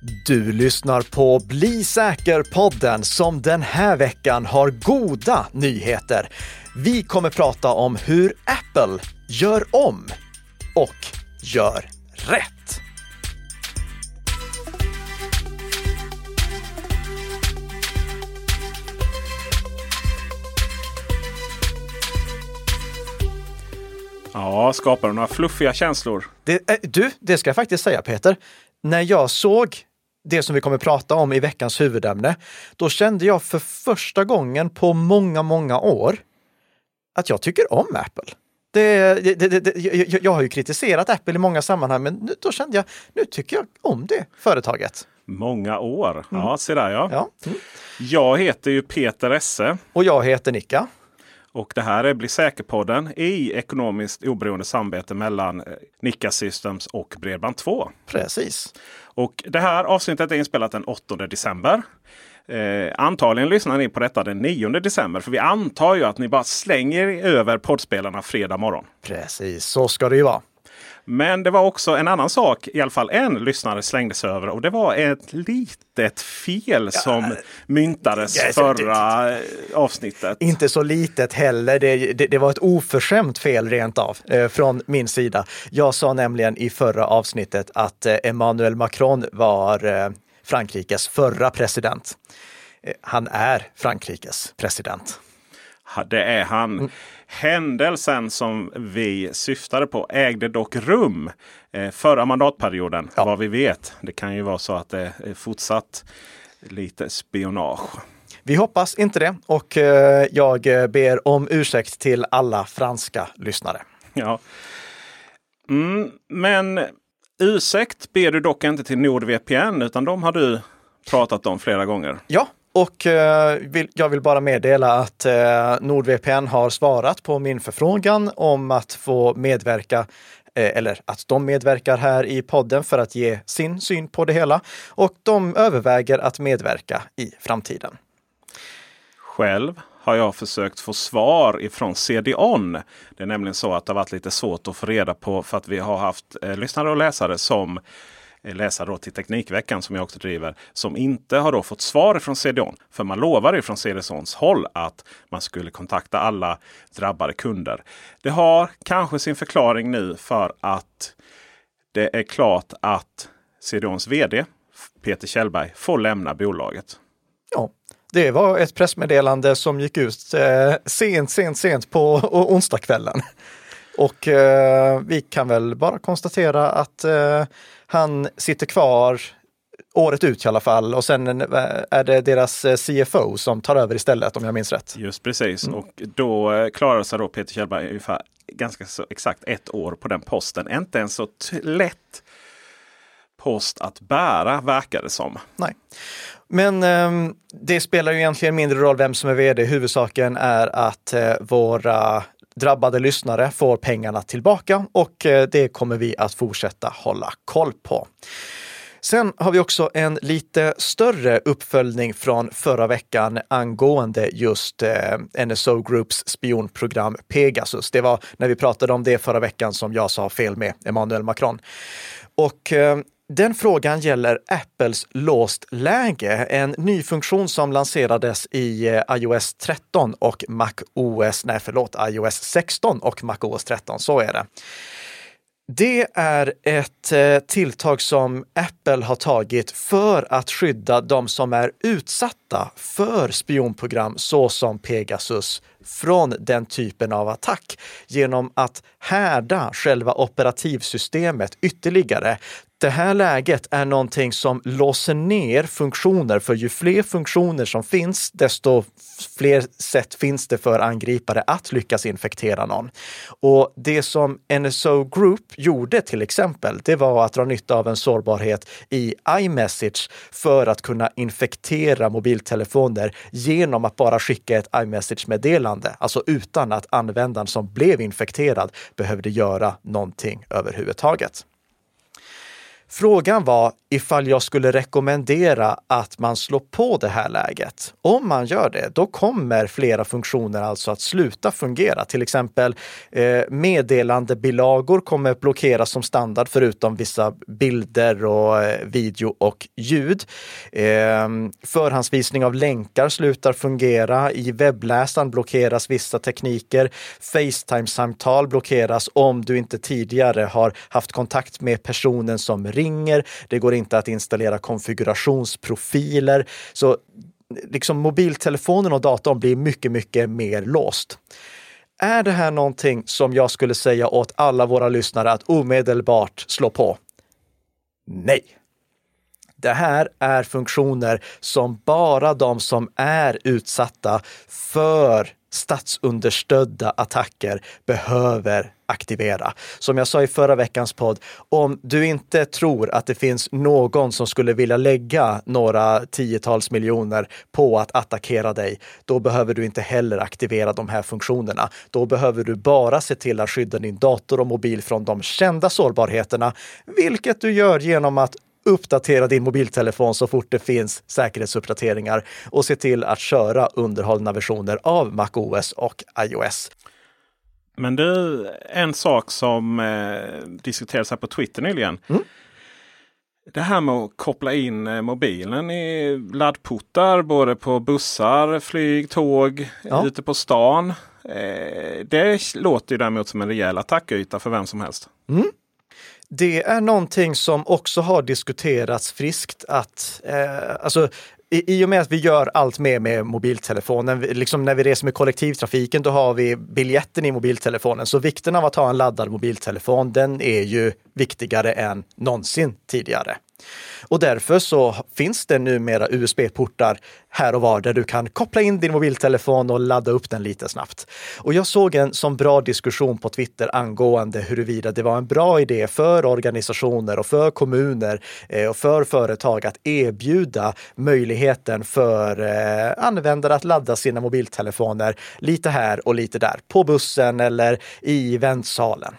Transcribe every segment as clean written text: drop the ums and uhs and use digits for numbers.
Du lyssnar på Bli säker-podden som den här veckan har goda nyheter. Vi kommer prata om hur Apple gör om och gör rätt. Ja, skapar några fluffiga känslor. Det ska jag faktiskt säga, Peter. När jag såg det som vi kommer prata om i veckans huvudämne, då kände jag för första gången på många år att jag tycker om Apple. Jag har ju kritiserat Apple i många sammanhang, men då kände jag, nu tycker jag om det företaget. Många år. Ja, se där ja. Mm. Jag heter ju Peter Esse. Och jag heter Nicka. Och det här är Bli säker-podden i ekonomiskt oberoende samarbete mellan Nicka Systems och Bredband2. Precis. Och det här avsnittet är inspelat den 8 december. Antagligen lyssnar ni på detta den 9 december. För vi antar ju att ni bara slänger över poddspelarna fredag morgon. Precis, så ska det ju vara. Men det var också en annan sak, i alla fall en lyssnare slängde sig över. Och det var ett litet fel som myntades förra avsnittet. Inte så litet heller. Det var ett oförskämt fel rent av från min sida. Jag sa nämligen i förra avsnittet att Emmanuel Macron var Frankrikes förra president. Han är Frankrikes president. Det är han. Händelsen som vi syftade på ägde dock rum förra mandatperioden. Ja. Vad vi vet. Det kan ju vara så att det är fortsatt lite spionage. Vi hoppas inte det, och jag ber om ursäkt till alla franska lyssnare. Ja. Men ursäkt ber du dock inte till NordVPN, utan de har du pratat om flera gånger. Ja. Och jag vill bara meddela att NordVPN har svarat på min förfrågan om att få medverka, eller att de medverkar här i podden för att ge sin syn på det hela. Och de överväger att medverka i framtiden. Själv har jag försökt få svar ifrån CD-ON. Det är nämligen så att det har varit lite svårt att få reda på, för att vi har haft lyssnare och läsare som läsare då till Teknikveckan som jag också driver, som inte har då fått svar från CD-ON. För man lovade från CD-ONs håll att man skulle kontakta alla drabbade kunder. Det har kanske sin förklaring nu, för att det är klart att CD-ONs vd Peter Kjellberg får lämna bolaget. Ja, det var ett pressmeddelande som gick ut sent på onsdagskvällen. Och vi kan väl bara konstatera att han sitter kvar året ut i alla fall. Och sen är det deras CFO som tar över istället, om jag minns rätt. Just precis. Och då klarar sig då Peter Kjellberg ungefär ganska så exakt 1 år på den posten. Inte en så lätt post att bära, verkar det som. Nej. Men det spelar ju egentligen mindre roll vem som är vd. Huvudsaken är att våra drabbade lyssnare får pengarna tillbaka, och det kommer vi att fortsätta hålla koll på. Sen har vi också en lite större uppföljning från förra veckan angående just NSO Groups spionprogram Pegasus. Det var när vi pratade om det förra veckan som jag sa fel med Emmanuel Macron. Och den frågan gäller Apples låst läge, en ny funktion som lanserades i iOS 13 och iOS 16 och macOS 13, så är det. Det är ett tilltag som Apple har tagit för att skydda de som är utsatta för spionprogram såsom Pegasus från den typen av attack, genom att härda själva operativsystemet ytterligare. Det här läget är någonting som låser ner funktioner, för ju fler funktioner som finns, desto fler sätt finns det för angripare att lyckas infektera någon. Och det som NSO Group gjorde till exempel, det var att dra nytta av en sårbarhet i iMessage för att kunna infektera mobiltelefoner genom att bara skicka ett iMessage-meddelande, alltså utan att användaren som blev infekterad behövde göra någonting överhuvudtaget. Frågan var ifall jag skulle rekommendera att man slår på det här läget. Om man gör det, då kommer flera funktioner alltså att sluta fungera. Till exempel meddelandebilagor kommer blockeras som standard förutom vissa bilder och video och ljud. Förhandsvisning av länkar slutar fungera. I webbläsaren blockeras vissa tekniker. FaceTime-samtal blockeras om du inte tidigare har haft kontakt med personen som ringer. Det går inte att installera konfigurationsprofiler. Så liksom mobiltelefonen och datorn blir mycket, mycket mer låst. Är det här någonting som jag skulle säga åt alla våra lyssnare att omedelbart slå på? Nej. Det här är funktioner som bara de som är utsatta för statsunderstödda attacker behöver aktivera. Som jag sa i förra veckans podd, om du inte tror att det finns någon som skulle vilja lägga några tiotals miljoner på att attackera dig, då behöver du inte heller aktivera de här funktionerna. Då behöver du bara se till att skydda din dator och mobil från de kända sårbarheterna, vilket du gör genom att uppdatera din mobiltelefon så fort det finns säkerhetsuppdateringar och se till att köra underhållna versioner av macOS och iOS. Men det är en sak som diskuteras här på Twitter nyligen. Det här med att koppla in mobilen i laddportar både på bussar, flyg, tåg, ute på stan. Det låter ju däremot som en rejäl attackyta för vem som helst. Det är någonting som också har diskuterats friskt att i och med att vi gör allt mer med mobiltelefonen, liksom när vi reser med kollektivtrafiken, då har vi biljetten i mobiltelefonen. Så vikten av att ha en laddad mobiltelefon, den är ju viktigare än någonsin tidigare. Och därför så finns det numera USB-portar här och var där du kan koppla in din mobiltelefon och ladda upp den lite snabbt. Och jag såg en sån bra diskussion på Twitter angående huruvida det var en bra idé för organisationer och för kommuner och för företag att erbjuda möjligheten för användare att ladda sina mobiltelefoner lite här och lite där, på bussen eller i väntsalen.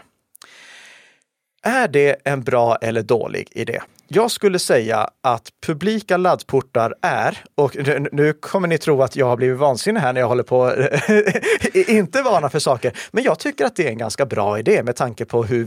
Är det en bra eller dålig idé? Jag skulle säga att publika laddportar är, och nu kommer ni tro att jag har blivit vansinnig här när jag håller på inte varna för saker, men jag tycker att det är en ganska bra idé med tanke på hur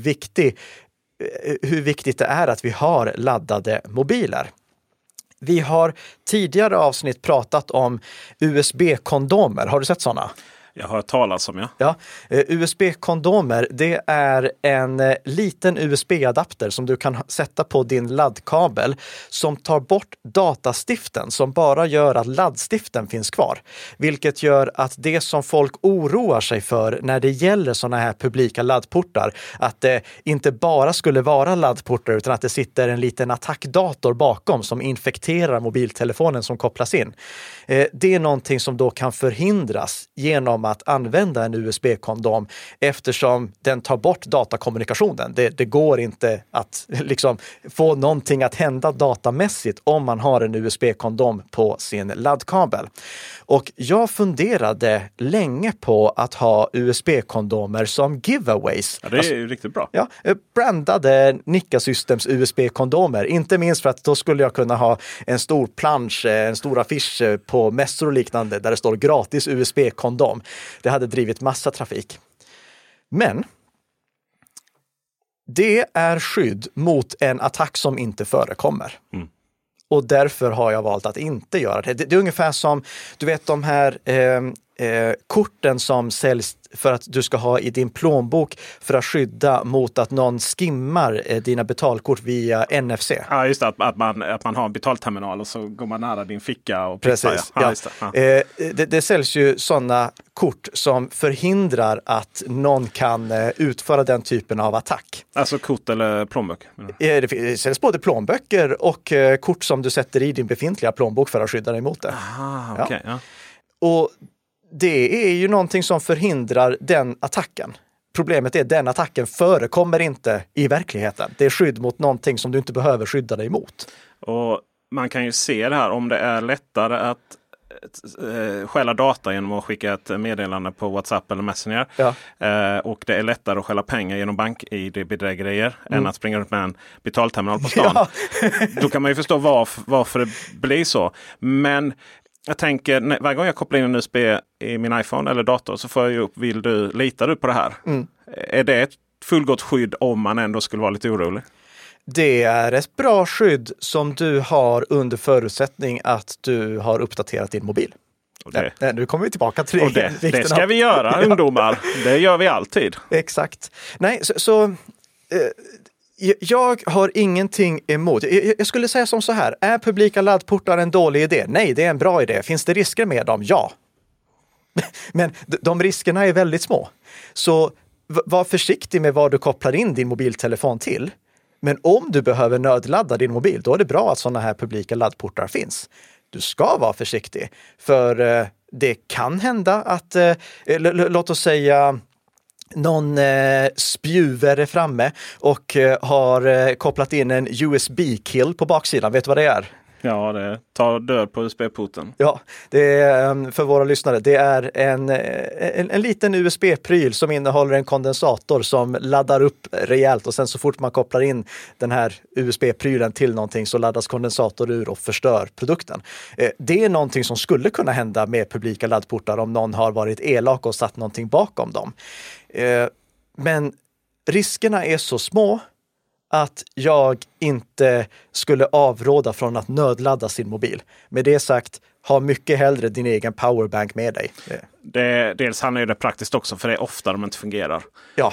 viktigt det är att vi har laddade mobiler. Vi har tidigare avsnitt pratat om USB-kondomer. Har du sett sådana? Jag har hört talas om, Ja, USB-kondomer, det är en liten USB-adapter som du kan sätta på din laddkabel som tar bort datastiften som bara gör att laddstiften finns kvar. Vilket gör att det som folk oroar sig för när det gäller sådana här publika laddportar, att det inte bara skulle vara laddportar utan att det sitter en liten attackdator bakom som infekterar mobiltelefonen som kopplas in. Det är någonting som då kan förhindras genom att använda en USB-kondom eftersom den tar bort datakommunikationen. Det går inte att liksom få någonting att hända datamässigt om man har en USB-kondom på sin laddkabel. Och jag funderade länge på att ha USB-kondomer som giveaways. Ja, det är ju riktigt bra. Ja, brandade Nikka Systems USB-kondomer. Inte minst för att då skulle jag kunna ha en stor plansch, en stor affisch på mässor och liknande där det står gratis USB-kondom. Det hade drivit massa trafik. Men det är skydd mot en attack som inte förekommer. Och därför har jag valt att inte göra det. Det är ungefär som, du vet de här korten som säljs för att du ska ha i din plånbok för att skydda mot att någon skimmar dina betalkort via NFC. Ja, just det. Att man har en betalterminal och så går man nära din ficka och precis. Ja. Just det. Ja. Det säljs ju sådana kort som förhindrar att någon kan utföra den typen av attack. Alltså kort eller plånböcker? Det säljs både plånböcker och kort som du sätter i din befintliga plånbok för att skydda dig mot det. Aha, okay, ja. Och det är ju någonting som förhindrar den attacken. Problemet är att den attacken förekommer inte i verkligheten. Det är skydd mot någonting som du inte behöver skydda dig mot. Och man kan ju se det här om det är lättare att stjäla data genom att skicka ett meddelande på WhatsApp eller Messenger. Ja. Och det är lättare att stjäla pengar genom bank-ID-bedrägerier än att springa ut med en betalterminal på stan. Ja. Då kan man ju förstå varför det blir så. Men jag tänker, varje gång jag kopplar in en USB i min iPhone eller dator så får jag ju upp, litar du på det här? Är det ett fullgott skydd om man ändå skulle vara lite orolig? Det är ett bra skydd som du har under förutsättning att du har uppdaterat din mobil. Nu kommer vi tillbaka till det. Det ska vi göra, ungdomar. Det gör vi alltid. Exakt. Nej, jag har ingenting emot. Jag skulle säga som så här. Är publika laddportar en dålig idé? Nej, det är en bra idé. Finns det risker med dem? Ja. Men de riskerna är väldigt små. Så var försiktig med vad du kopplar in din mobiltelefon till. Men om du behöver nödladda din mobil, då är det bra att sådana här publika laddportar finns. Du ska vara försiktig. För det kan hända att, låt oss säga, någon spjuvare framme och har kopplat in en USB-kill på baksidan. Vet du vad det är? Ja, det tar död på USB-porten. Ja, det är, för våra lyssnare, det är en liten USB-pryl som innehåller en kondensator som laddar upp rejält och sen så fort man kopplar in den här USB-prylen till någonting så laddas kondensator ur och förstör produkten. Det är någonting som skulle kunna hända med publika laddportar om någon har varit elak och satt någonting bakom dem. Men riskerna är så små att jag inte skulle avråda från att nödladda sin mobil. Med det sagt, ha mycket hellre din egen powerbank med dig. Dels handlar det praktiskt också, för det är ofta de inte fungerar. Ja.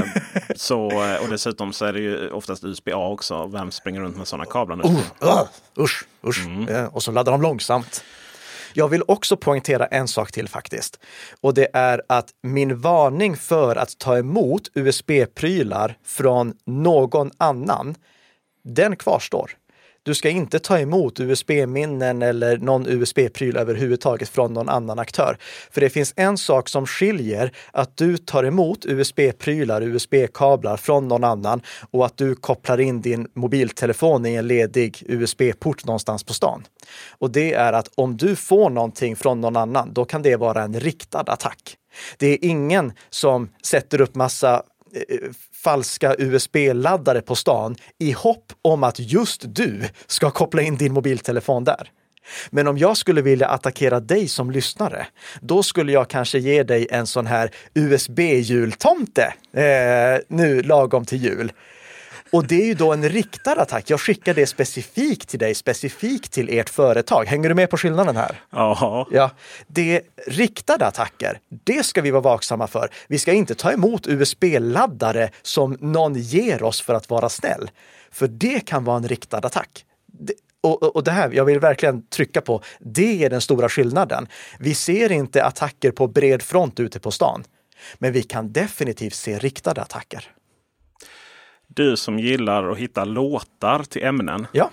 Och dessutom så är det ju oftast USB-A också. Vem springer runt med sådana kablar nu? Usch. Och så laddar de långsamt. Jag vill också poängtera en sak till faktiskt. Och det är att min varning för att ta emot USB-prylar från någon annan, den kvarstår. Du ska inte ta emot USB-minnen eller någon USB-pryl överhuvudtaget från någon annan aktör. För det finns en sak som skiljer att du tar emot USB-prylar, USB-kablar från någon annan och att du kopplar in din mobiltelefon i en ledig USB-port någonstans på stan. Och det är att om du får någonting från någon annan, då kan det vara en riktad attack. Det är ingen som sätter upp massa falska USB-laddare på stan i hopp om att just du ska koppla in din mobiltelefon där. Men om jag skulle vilja attackera dig som lyssnare, då skulle jag kanske ge dig en sån här USB-jultomte nu lagom till jul. Och det är ju då en riktad attack. Jag skickar det specifikt till dig, specifikt till ert företag. Hänger du med på skillnaden här? Aha. Ja. Det riktade attacker, det ska vi vara vaksamma för. Vi ska inte ta emot USB-laddare som någon ger oss för att vara snäll. För det kan vara en riktad attack. Och det här, jag vill verkligen trycka på, det är den stora skillnaden. Vi ser inte attacker på bred front ute på stan. Men vi kan definitivt se riktade attacker. Du som gillar att hitta låtar till ämnen. Ja.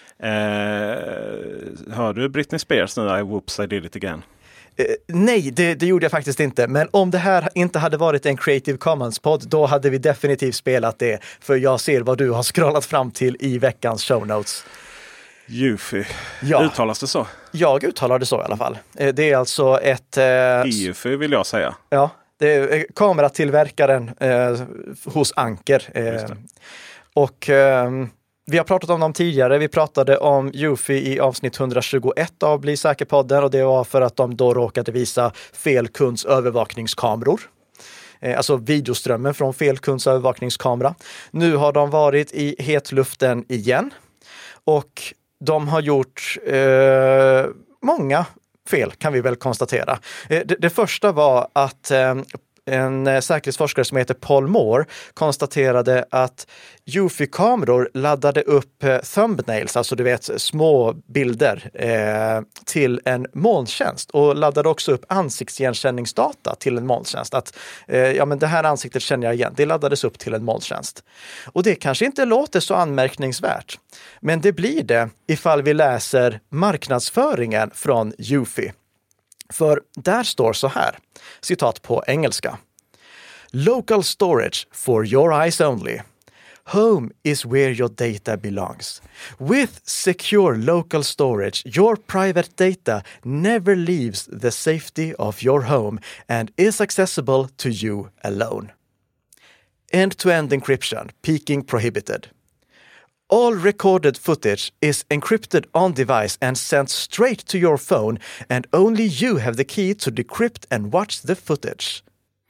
Hör du Britney Spears nu? Whoops, I did it again. Nej, det gjorde jag faktiskt inte. Men om det här inte hade varit en Creative Commons-podd, då hade vi definitivt spelat det. För jag ser vad du har scrollat fram till i veckans show notes. Eufy. Ja. Uttalas det så? Jag uttalar det så i alla fall. Det är alltså ett... Eufy vill jag säga. Ja. Det är kameratillverkaren hos Anker. Och vi har pratat om dem tidigare. Vi pratade om Eufy i avsnitt 121 av Bli säker-podden och det var för att de då råkade visa fel kunds övervakningskameror. Alltså videoströmmen från fel kunds övervakningskamera. Nu har de varit i hetluften igen och de har gjort många fel kan vi väl konstatera. Det första var att en säkerhetsforskare som heter Paul Moore konstaterade att Eufy-kameror laddade upp thumbnails, alltså du vet små bilder till en molntjänst och laddade också upp ansiktsigenkänningsdata till en molntjänst. Att ja, men det här ansiktet känner jag igen, det laddades upp till en molntjänst. Och det kanske inte låter så anmärkningsvärt, men det blir det ifall vi läser marknadsföringen från Eufy. För där står så här, citat på engelska. Local storage for your eyes only. home is where your data belongs. With secure local storage, your private data never leaves the safety of your home and is accessible to you alone. End-to-end encryption, peaking prohibited. All recorded footage is encrypted on device and sent straight to your phone, and only you have the key to decrypt and watch the footage.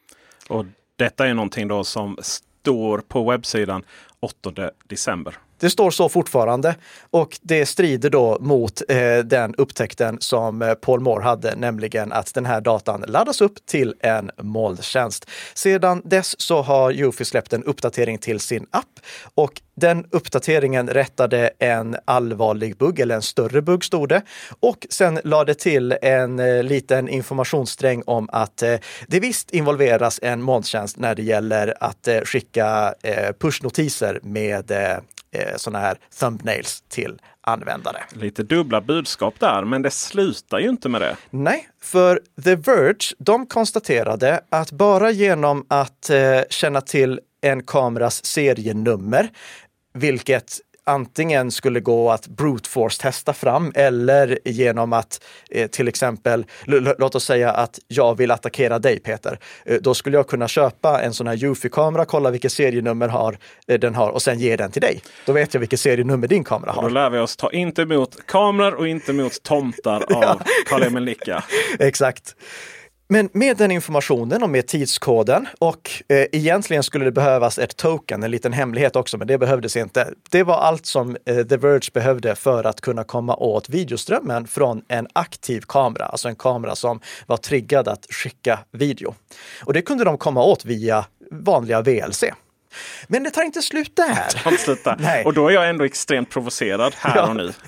Och detta är någonting då som står på webbsidan 8 december. Det står så fortfarande, och det strider då mot den upptäckten som Paul Moore hade, nämligen att den här datan laddas upp till en molntjänst. Sedan dess så har Eufy släppt en uppdatering till sin app, och den uppdateringen rättade en allvarlig bugg, eller en större bugg stod det, och sen lade till en liten informationssträng om att det visst involveras en molntjänst när det gäller att skicka pushnotiser med såna här thumbnails till användare. Lite dubbla budskap där, men det slutar ju inte med det. Nej, för The Verge, de konstaterade att bara genom att känna till en kameras serienummer, vilket antingen skulle gå att brute force testa fram, eller genom att till exempel, låt oss säga att jag vill attackera dig, Peter. Då skulle jag kunna köpa en sån här Eufy-kamera, kolla vilket serienummer den har och sen ge den till dig. Då vet jag vilket serienummer din kamera har. Då lär vi oss ta inte emot kameror och inte emot tomtar av Karl-Emil Nicka. Exakt. Men med den informationen och med tidskoden, och egentligen skulle det behövas ett token, en liten hemlighet också, men det behövdes inte. Det var allt som The Verge behövde för att kunna komma åt videoströmmen från en aktiv kamera, alltså en kamera som var triggad att skicka video. Och det kunde de komma åt via vanliga VLC. Men det tar inte slut där. Nej. Och då är jag ändå extremt provocerad här och nu.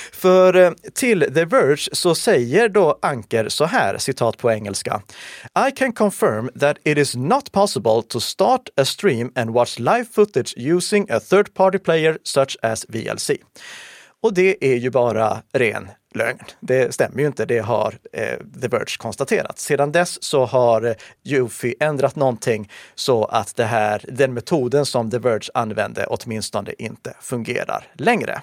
För till The Verge så säger då Anker så här, citat på engelska: I can confirm that it is not possible to start a stream and watch live footage using a third-party player such as VLC. Och det är ju bara ren lögn. Det stämmer ju inte, det har The Verge konstaterat. Sedan dess så har Eufy ändrat någonting så att den metoden som The Verge använde åtminstone inte fungerar längre.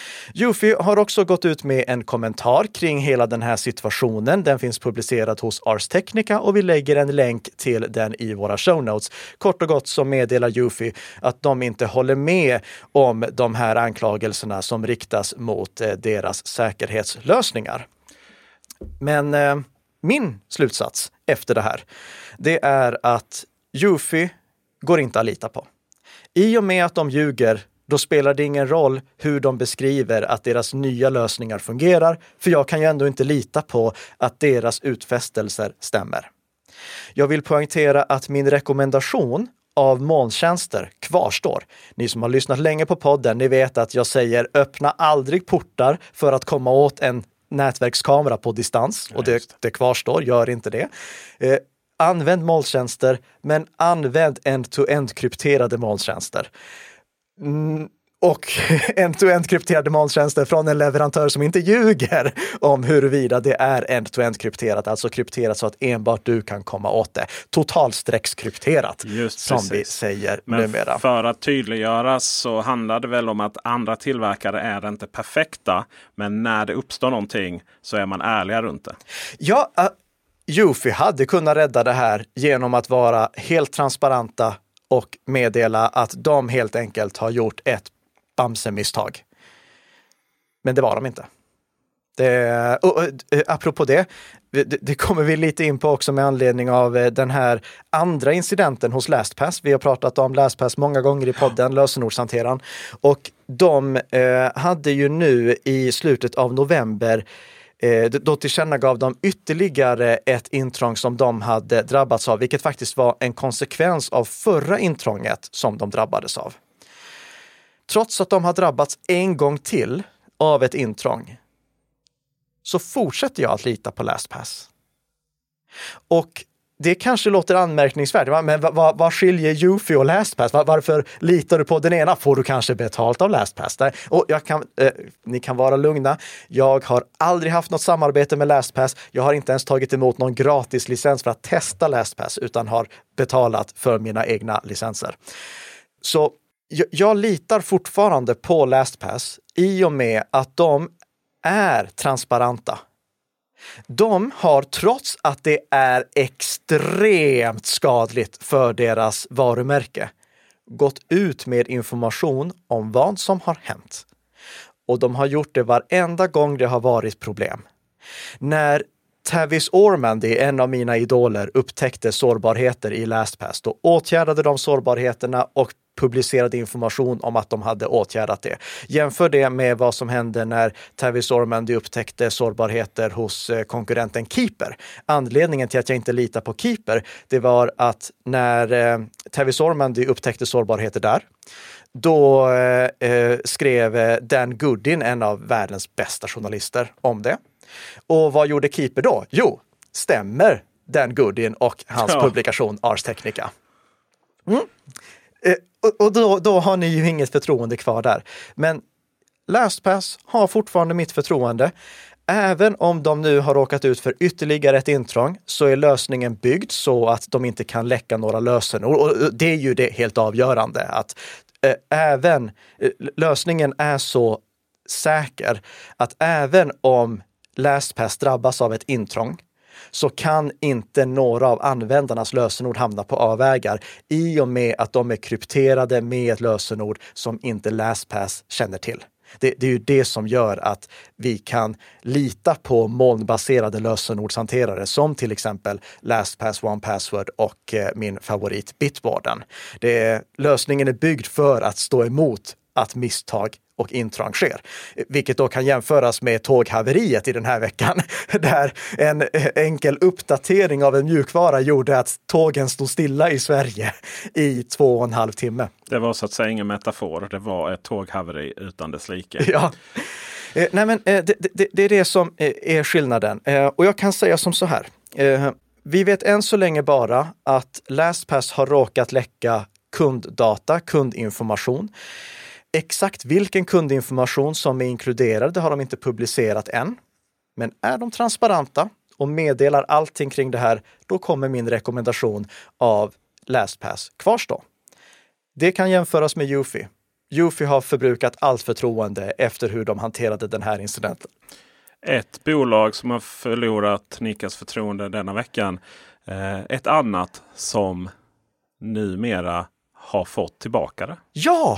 Eufy har också gått ut med en kommentar kring hela den här situationen. Den finns publicerad hos Ars Technica och vi lägger en länk till den i våra show notes. Kort och gott så meddelar Eufy att de inte håller med om de här anklagelserna som riktas mot deras säkerhetslösningar. Men min slutsats efter det här, det är att Eufy går inte att lita på. I och med att de ljuger, då spelar det ingen roll hur de beskriver att deras nya lösningar fungerar, för jag kan ju ändå inte lita på att deras utfästelser stämmer. Jag vill poängtera att min rekommendation av molntjänster kvarstår. Ni som har lyssnat länge på podden, ni vet att jag säger öppna aldrig portar för att komma åt en nätverkskamera på distans, och det kvarstår, gör inte det. Använd molntjänster, men använd end-to-end krypterade molntjänster. Och end-to-end krypterade molntjänster från en leverantör som inte ljuger om huruvida det är end-to-end krypterat, alltså krypterat så att enbart du kan komma åt det. Totalstreckskrypterat, som vi säger numera. Men för att tydliggöra så handlar det väl om att andra tillverkare är inte perfekta, men när det uppstår någonting så är man ärliga runt det. Ja, Eufy hade kunnat rädda det här genom att vara helt transparenta och meddela att de helt enkelt har gjort ett bamsemisstag. Men det var de inte. Apropå det kommer vi lite in på också med anledning av den här andra incidenten hos LastPass. Vi har pratat om LastPass många gånger i podden, lösenordshanteraren. Och de hade ju nu i slutet av november då tillkännagav de ytterligare ett intrång som de hade drabbats av, vilket faktiskt var en konsekvens av förra intrånget som de drabbades av. Trots att de har drabbats en gång till av ett intrång så fortsätter jag att lita på LastPass. Och det kanske låter anmärkningsvärt, men vad skiljer Eufy och LastPass? Varför litar du på den ena? Får du kanske betalt av LastPass? Och ni kan vara lugna. Jag har aldrig haft något samarbete med LastPass. Jag har inte ens tagit emot någon gratis licens för att testa LastPass, utan har betalat för mina egna licenser. Så jag litar fortfarande på LastPass i och med att de är transparenta. De har, trots att det är extremt skadligt för deras varumärke, gått ut med information om vad som har hänt. Och de har gjort det varenda gång det har varit problem. När Tavis Ormandy, en av mina idoler, upptäckte sårbarheter i LastPass, då åtgärdade de sårbarheterna och publicerade information om att de hade åtgärdat det. Jämför det med vad som hände när Tavis Ormandy upptäckte sårbarheter hos konkurrenten Keeper. Anledningen till att jag inte litar på Keeper, det var att när Tavis Ormandy upptäckte sårbarheter där, då skrev Dan Goodin, en av världens bästa journalister, om det. Och vad gjorde Keeper då? Jo, stämmer Dan Goodin och hans publikation Ars Technica. Och då har ni ju inget förtroende kvar där. Men LastPass har fortfarande mitt förtroende. Även om de nu har råkat ut för ytterligare ett intrång så är lösningen byggd så att de inte kan läcka några lösenord. Och det är ju det helt avgörande. Att lösningen är så säker att även om LastPass drabbas av ett intrång så kan inte några av användarnas lösenord hamna på avvägar i och med att de är krypterade med ett lösenord som inte LastPass känner till. Det är ju det som gör att vi kan lita på molnbaserade lösenordshanterare som till exempel LastPass, OnePassword och min favorit Bitwarden. Lösningen är byggd för att stå emot att misstag och intrång sker. Vilket då kan jämföras med tåghaveriet i den här veckan där en enkel uppdatering av en mjukvara gjorde att tågen stod stilla i Sverige i 2,5 timme. Det var så att säga ingen metafor, det var ett tåghaveri utan dess like. Ja. Nej, men det är det som är skillnaden. Och jag kan säga som så här. Vi vet än så länge bara att LastPass har råkat läcka kunddata, kundinformation. Exakt vilken kundinformation som är inkluderad, det har de inte publicerat än. Men är de transparenta och meddelar allting kring det här, då kommer min rekommendation av LastPass kvarstå. Det kan jämföras med Eufy. Eufy har förbrukat allt förtroende efter hur de hanterade den här incidenten. Ett bolag som har förlorat Nikas förtroende denna veckan. Ett annat som numera har fått tillbaka det. Ja!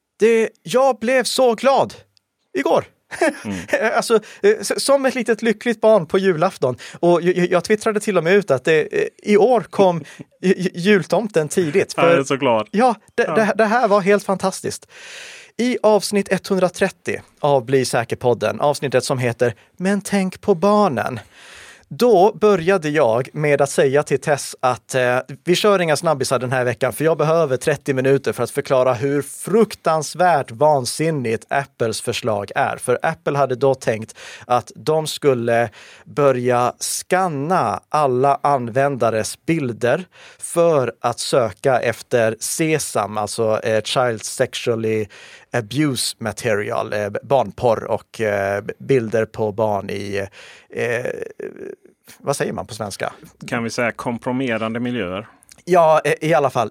Jag blev så glad igår. Alltså, som ett litet lyckligt barn på julafton. Och jag twittrade till och med ut att i år kom jultomten tidigt. Jag är så glad. Ja, det här var helt fantastiskt. I avsnitt 130 av Bli säker-podden, avsnittet som heter Men tänk på barnen. Då började jag med att säga till Tess att vi kör inga snabbisar den här veckan för jag behöver 30 minuter för att förklara hur fruktansvärt vansinnigt Apples förslag är. För Apple hade då tänkt att de skulle börja skanna alla användares bilder för att söka efter SESAM, alltså Child Sexually Abuse Material, barnporr och bilder på barn i vad säger man på svenska? Kan vi säga komprometterande miljöer? Ja, i alla fall.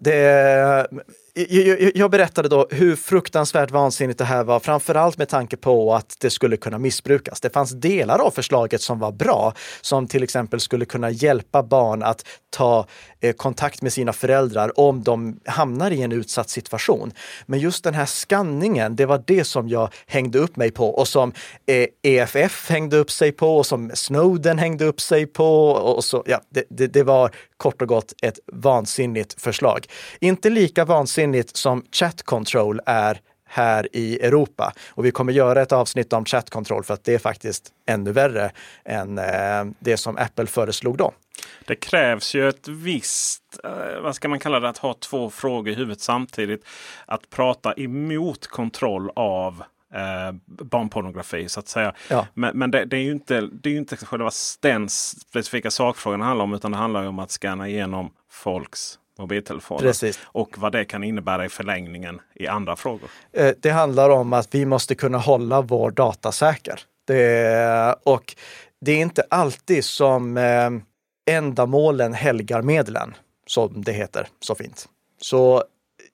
Jag berättade då hur fruktansvärt vansinnigt det här var, framförallt med tanke på att det skulle kunna missbrukas. Det fanns delar av förslaget som var bra, som till exempel skulle kunna hjälpa barn att ta kontakt med sina föräldrar om de hamnar i en utsatt situation. Men just den här skanningen, det var det som jag hängde upp mig på och som EFF hängde upp sig på och som Snowden hängde upp sig på. Och så, ja, det var kort och gott ett vansinnigt förslag. Inte lika vansinnigt som Chat Control är här i Europa. Och vi kommer göra ett avsnitt om Chat Control för att det är faktiskt ännu värre än det som Apple föreslog då. Det krävs ju ett visst, vad ska man kalla det, att ha två frågor i huvudet samtidigt. Att prata emot kontroll av barnpornografi så att säga. Ja. Men det är ju inte själva den specifika sakfrågan det handlar om, utan det handlar ju om att scanna igenom folks mobiltelefoner. Precis. Och vad det kan innebära i förlängningen i andra frågor. Det handlar om att vi måste kunna hålla vår data säker. Och det är inte alltid som ändamålen helgar medlen, som det heter så fint. Så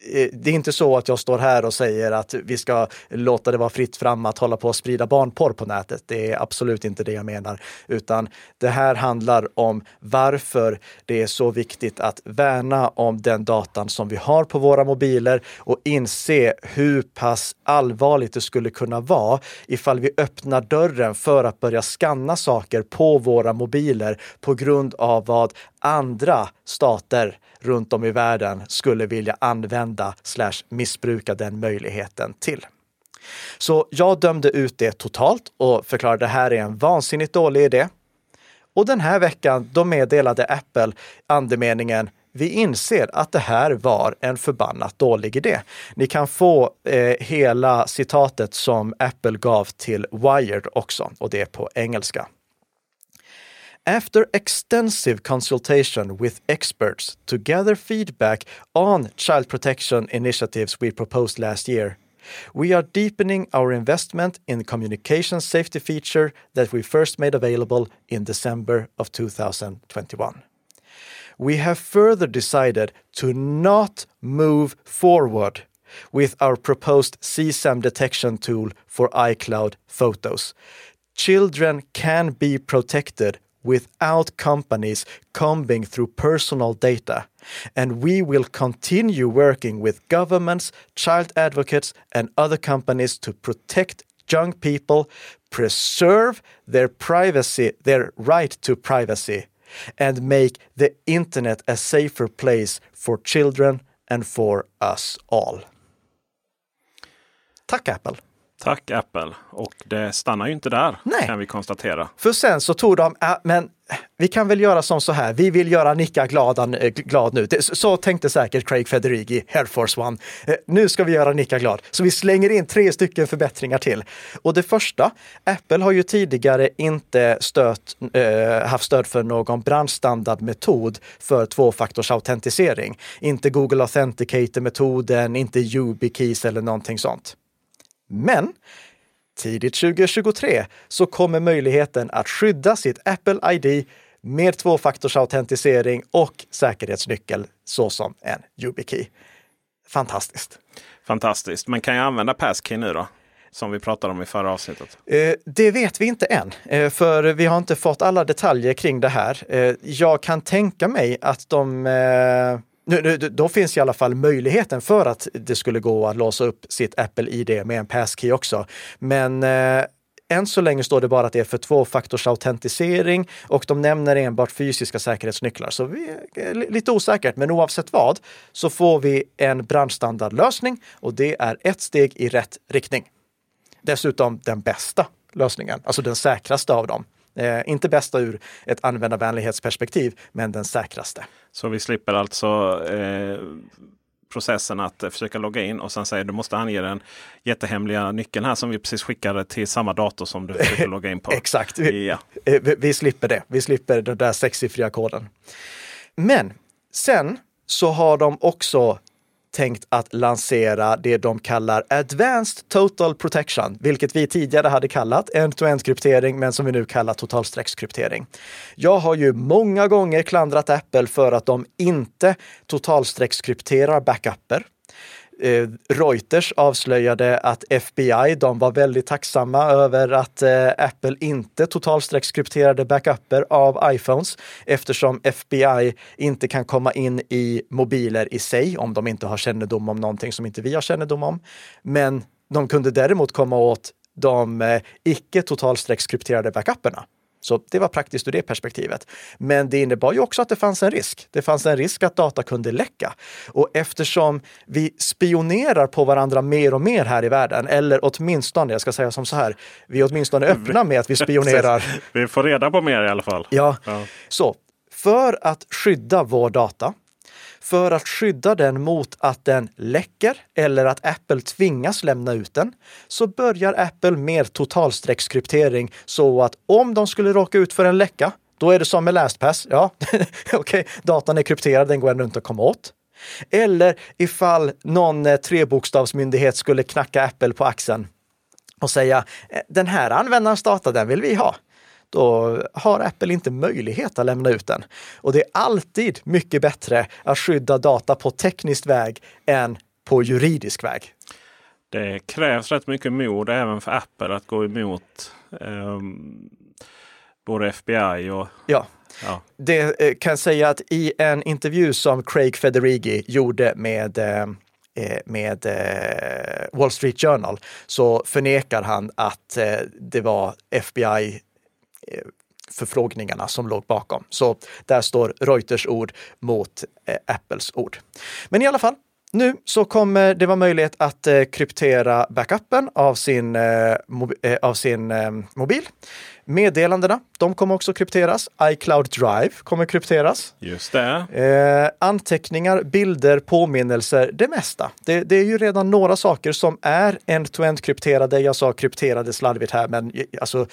det är inte så att jag står här och säger att vi ska låta det vara fritt fram att hålla på och sprida barnporr på nätet. Det är absolut inte det jag menar, utan det här handlar om varför det är så viktigt att värna om den datan som vi har på våra mobiler och inse hur pass allvarligt det skulle kunna vara ifall vi öppnar dörren för att börja skanna saker på våra mobiler på grund av vad andra stater runt om i världen skulle vilja använda / missbruka den möjligheten till. Så jag dömde ut det totalt och förklarade att det här är en vansinnigt dålig idé. Och den här veckan då meddelade Apple andemeningen: vi inser att det här var en förbannat dålig idé. Ni kan få hela citatet som Apple gav till Wired också, och det är på engelska. After extensive consultation with experts to gather feedback on child protection initiatives we proposed last year, we are deepening our investment in the communication safety feature that we first made available in December of 2021. We have further decided to not move forward with our proposed CSAM detection tool for iCloud photos. Children can be protected without companies combing through personal data, and we will continue working with governments, child advocates, and other companies to protect young people, preserve their privacy, their right to privacy, and make the internet a safer place for children and for us all. Tack Apple! Tack Apple. Och det stannar ju inte där. Nej. Kan vi konstatera. För sen så tog de, men vi kan väl göra som så här. Vi vill göra Nicka glad nu. Så tänkte säkert Craig Federighi, Air Force One. Nu ska vi göra Nicka glad. Så vi slänger in 3 stycken förbättringar till. Och det första, Apple har ju tidigare inte haft stöd för någon branschstandardmetod för 2-faktorsautentisering. Inte Google Authenticator-metoden, inte YubiKeys eller någonting sånt. Men tidigt 2023 så kommer möjligheten att skydda sitt Apple ID med 2-faktorsautentisering och säkerhetsnyckel såsom en YubiKey. Fantastiskt. Fantastiskt. Men kan jag använda Passkey nu då? Som vi pratade om i förra avsnittet. Det vet vi inte än, för vi har inte fått alla detaljer kring det här. Jag kan tänka mig att då finns i alla fall möjligheten för att det skulle gå att låsa upp sitt Apple ID med en passkey också. Men än så länge står det bara att det är för 2-faktorsautentisering och de nämner enbart fysiska säkerhetsnycklar. Så vi är lite osäkert, men oavsett vad så får vi en branschstandardlösning och det är ett steg i rätt riktning. Dessutom den bästa lösningen, alltså den säkraste av dem. Inte bästa ur ett användarvänlighetsperspektiv, men den säkraste. Så vi slipper alltså processen att försöka logga in och sen säger du måste ange den jättehemliga nyckeln här som vi precis skickade till samma dator som du försöker logga in på. Exakt, vi slipper det. Vi slipper den där 6-siffriga koden. Men sen så har de också tänkt att lansera det de kallar Advanced Total Protection, vilket vi tidigare hade kallat end-to-end-kryptering, men som vi nu kallar totalstreckskryptering. Jag har ju många gånger klandrat Apple för att de inte totalstreckskrypterar backuper. Reuters avslöjade att FBI, de var väldigt tacksamma över att Apple inte totalstreckskrypterade backuper av iPhones eftersom FBI inte kan komma in i mobiler i sig om de inte har kännedom om någonting som inte vi har kännedom om. Men de kunde däremot komma åt de icke totalstreckskrypterade backuperna. Så det var praktiskt ur det perspektivet. Men det innebar ju också att det fanns en risk. Det fanns en risk att data kunde läcka. Och eftersom vi spionerar på varandra mer och mer här i världen, eller åtminstone, jag ska säga som så här, vi är åtminstone öppna med att vi spionerar. Vi får reda på mer i alla fall. Ja. Så för att skydda vår data, för att skydda den mot att den läcker eller att Apple tvingas lämna ut den, så börjar Apple med totalstreckskryptering så att om de skulle råka ut för en läcka, då är det som med LastPass. Ja, okej, datan är krypterad, den går ändå inte att komma åt. Eller ifall någon 3-bokstavsmyndighet skulle knacka Apple på axeln och säga den här användarens data, den vill vi ha. Då har Apple inte möjlighet att lämna ut den. Och det är alltid mycket bättre att skydda data på teknisk väg än på juridisk väg. Det krävs rätt mycket mod även för Apple att gå emot både FBI och... Ja. Det kan jag säga att i en intervju som Craig Federighi gjorde med Wall Street Journal så förnekar han att det var FBI förfrågningarna som låg bakom. Så där står Reuters ord mot Apples ord. Men i alla fall, nu så kommer det vara möjlighet att kryptera backupen av sin mobil. Meddelandena, de kommer också krypteras. iCloud Drive kommer krypteras. Just det. Anteckningar, bilder, påminnelser, det mesta. Det är ju redan några saker som är end-to-end krypterade. Jag sa krypterade slarvigt här, men alltså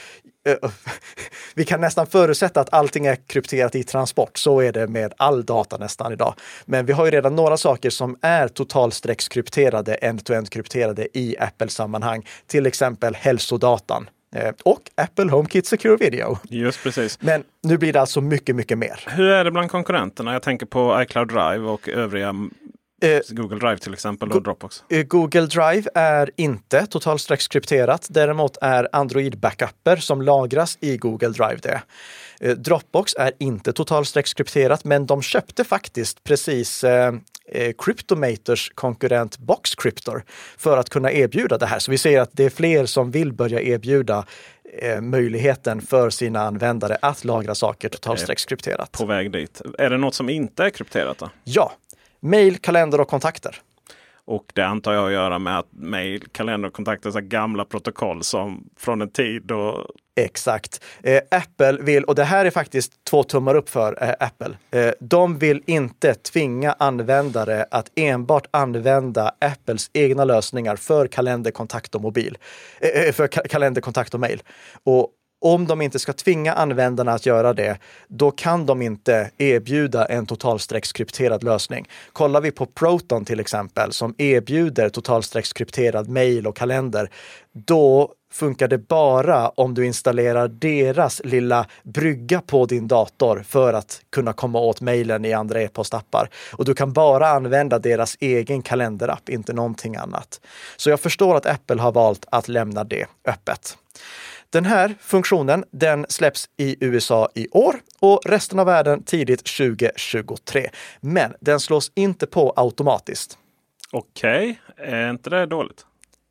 vi kan nästan förutsätta att allting är krypterat i transport. Så är det med all data nästan idag. Men vi har ju redan några saker som är totalstreckskrypterade, end-to-end krypterade i Apple-sammanhang. Till exempel hälsodatan. Och Apple HomeKit Secure Video. Just precis. Men nu blir det alltså mycket, mycket mer. Hur är det bland konkurrenterna? Jag tänker på iCloud Drive och övriga Google Drive till exempel och Dropbox. Google Drive är inte totalstreckskrypterat. Däremot är Android-backuper som lagras i Google Drive det. Dropbox är inte totalstreckskrypterat, men de köpte faktiskt precis Cryptomators konkurrent Boxcryptor för att kunna erbjuda det här. Så vi ser att det är fler som vill börja erbjuda möjligheten för sina användare att lagra saker totalstreckskrypterat. På väg dit. Är det något som inte är krypterat då? Ja. Mail, kalender och kontakter. Och det antar jag att göra med att mail, kalender och kontakter är gamla protokoll som från en tid då... Exakt. Apple vill, och det här är faktiskt 2 tummar upp för Apple. De vill inte tvinga användare att enbart använda Apples egna lösningar för kalender, kontakt och mobil. För kalender, kontakt och mail. Och om de inte ska tvinga användarna att göra det, då kan de inte erbjuda en totalstreckskrypterad lösning. Kollar vi på Proton till exempel, som erbjuder totalstreckskrypterad mail och kalender, då funkar det bara om du installerar deras lilla brygga på din dator för att kunna komma åt mejlen i andra e-postappar. Och du kan bara använda deras egen kalenderapp, inte någonting annat. Så jag förstår att Apple har valt att lämna det öppet. Den här funktionen, den släpps i USA i år och resten av världen tidigt 2023. Men den slås inte på automatiskt. Okej, är inte det dåligt?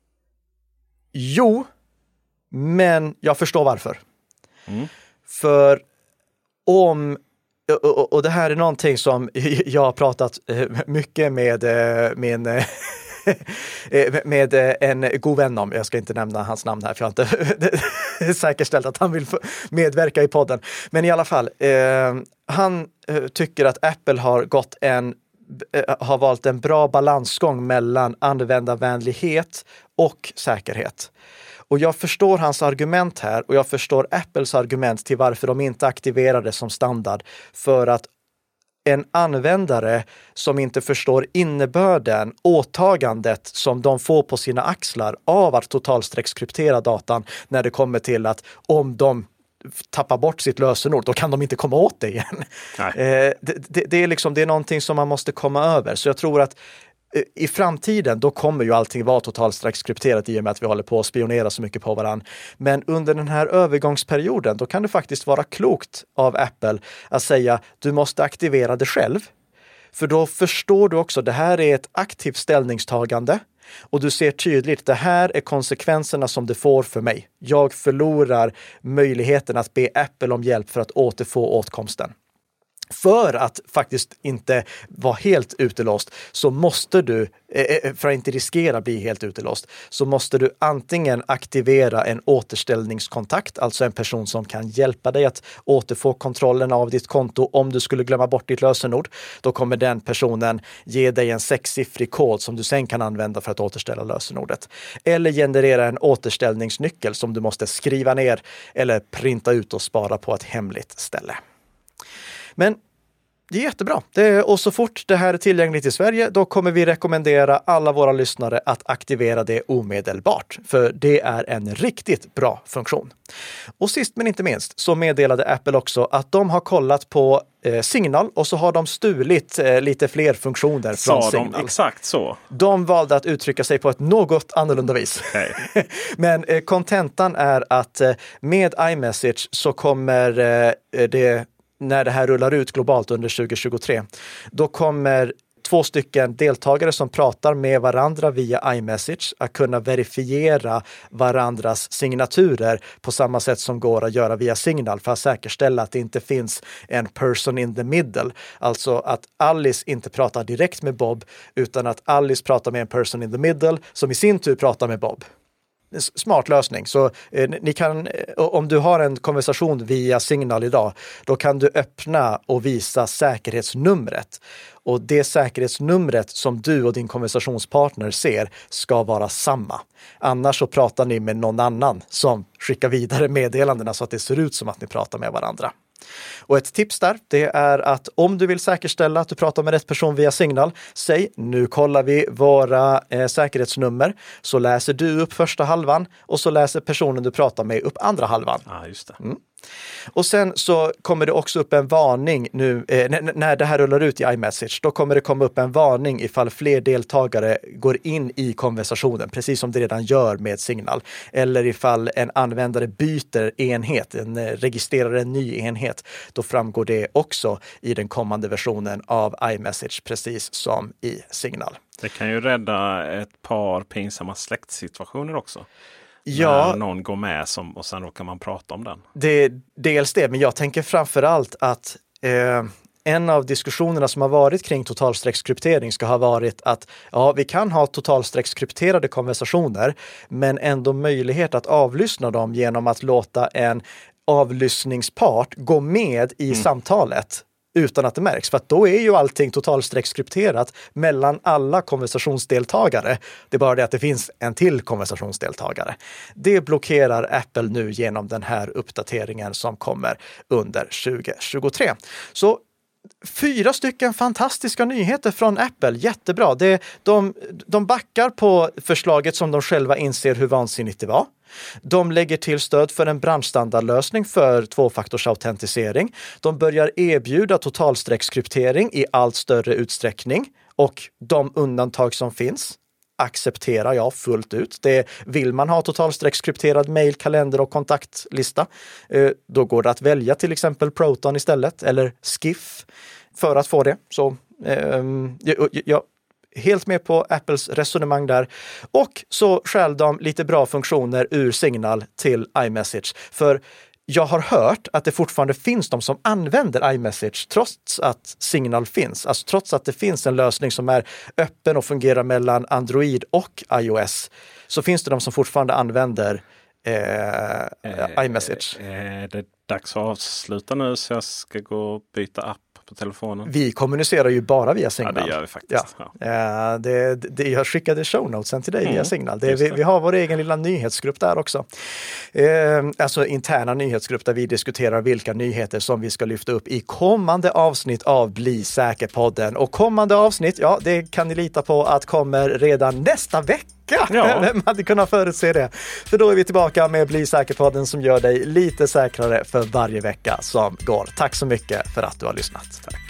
Jo, men jag förstår varför. För om, och det här är någonting som jag har pratat mycket med med en god vän om. Jag ska inte nämna hans namn här för jag har inte säkerställt att han vill medverka i podden. Men i alla fall, han tycker att Apple har valt en bra balansgång mellan användarvänlighet och säkerhet. Och jag förstår hans argument här och jag förstår Apples argument till varför de inte aktiverar det som standard. För att en användare som inte förstår innebörden, åtagandet som de får på sina axlar av att totalstreckskryptera datan när det kommer till att om de tappar bort sitt lösenord, då kan de inte komma åt det igen. Det är någonting som man måste komma över. Så jag tror att i framtiden, då kommer ju allting vara totalstreckskrypterat i och med att vi håller på att spionera så mycket på varandra. Men under den här övergångsperioden, då kan det faktiskt vara klokt av Apple att säga, du måste aktivera det själv. För då förstår du också, det här är ett aktivt ställningstagande och du ser tydligt, det här är konsekvenserna som det får för mig. Jag förlorar möjligheten att be Apple om hjälp för att återfå åtkomsten. För att faktiskt inte vara helt utelåst så måste du, för att inte riskera bli helt utelåst, så måste du antingen aktivera en återställningskontakt, alltså en person som kan hjälpa dig att återfå kontrollen av ditt konto om du skulle glömma bort ditt lösenord. Då kommer den personen ge dig en 6-siffrig kod som du sen kan använda för att återställa lösenordet. Eller generera en återställningsnyckel som du måste skriva ner eller printa ut och spara på ett hemligt ställe. Men det är jättebra. Och så fort det här är tillgängligt i Sverige, då kommer vi rekommendera alla våra lyssnare att aktivera det omedelbart. För det är en riktigt bra funktion. Och sist men inte minst så meddelade Apple också att de har kollat på Signal och så har de stulit lite fler funktioner från Signal. De exakt så? De valde att uttrycka sig på ett något annorlunda vis. Okay. Men kontentan är att med iMessage så kommer det, när det här rullar ut globalt under 2023, då kommer 2 stycken deltagare som pratar med varandra via iMessage att kunna verifiera varandras signaturer på samma sätt som går att göra via Signal för att säkerställa att det inte finns en person in the middle. Alltså att Alice inte pratar direkt med Bob utan att Alice pratar med en person in the middle som i sin tur pratar med Bob. Smart lösning. Så ni kan, om du har en konversation via Signal idag, då kan du öppna och visa säkerhetsnumret. Och det säkerhetsnumret som du och din konversationspartner ser ska vara samma. Annars så pratar ni med någon annan som skickar vidare meddelandena så att det ser ut som att ni pratar med varandra. Och ett tips där, det är att om du vill säkerställa att du pratar med rätt person via Signal, säg nu kollar vi våra säkerhetsnummer, så läser du upp första halvan och så läser personen du pratar med upp andra halvan. Ja, just det. Och sen så kommer det också upp en varning nu, när det här rullar ut i iMessage, då kommer det komma upp en varning ifall fler deltagare går in i konversationen, precis som det redan gör med Signal. Eller ifall en användare byter enhet, registrerar en ny enhet, då framgår det också i den kommande versionen av iMessage, precis som i Signal. Det kan ju rädda ett par pinsamma släktsituationer också. Ja, när någon går med och sen då kan man prata om den. Dels det, men jag tänker framförallt att en av diskussionerna som har varit kring totalstreckskryptering ska ha varit att ja, vi kan ha totalstreckskrypterade konversationer men ändå möjlighet att avlyssna dem genom att låta en avlyssningspart gå med i samtalet utan att det märks. För att då är ju allting totalstreckskrypterat mellan alla konversationsdeltagare. Det är bara det att det finns en till konversationsdeltagare. Det blockerar Apple nu genom den här uppdateringen som kommer under 2023. Så 4 stycken fantastiska nyheter från Apple. Jättebra. De backar på förslaget som de själva inser hur vansinnigt det var. De lägger till stöd för en branschstandardlösning för tvåfaktorsautentisering. De börjar erbjuda totalstreckskryptering i allt större utsträckning och de undantag som finns accepterar jag fullt ut. Vill man ha totalstreckskrypterad mail, kalender och kontaktlista, då går det att välja till exempel Proton istället eller Skiff för att få det. Så jag helt med på Apples resonemang där. Och så stjäl de lite bra funktioner ur Signal till iMessage. För jag har hört att det fortfarande finns de som använder iMessage trots att Signal finns. Alltså trots att det finns en lösning som är öppen och fungerar mellan Android och iOS, så finns det de som fortfarande använder iMessage. Är det dags att avsluta nu så jag ska gå och byta app på telefonen? Vi kommunicerar ju bara via Signal. Ja, det gör vi faktiskt. Ja. Jag skickade show notesen till dig via Signal. Vi har vår egen lilla nyhetsgrupp där också. Alltså interna nyhetsgrupp där vi diskuterar vilka nyheter som vi ska lyfta upp i kommande avsnitt av Bli säker-podden. Och kommande avsnitt, ja, det kan ni lita på att kommer redan nästa vecka. Ja. Vem hade kunnat förutse det? För då är vi tillbaka med Bli säker-podden som gör dig lite säkrare för varje vecka som går. Tack så mycket för att du har lyssnat. Tack.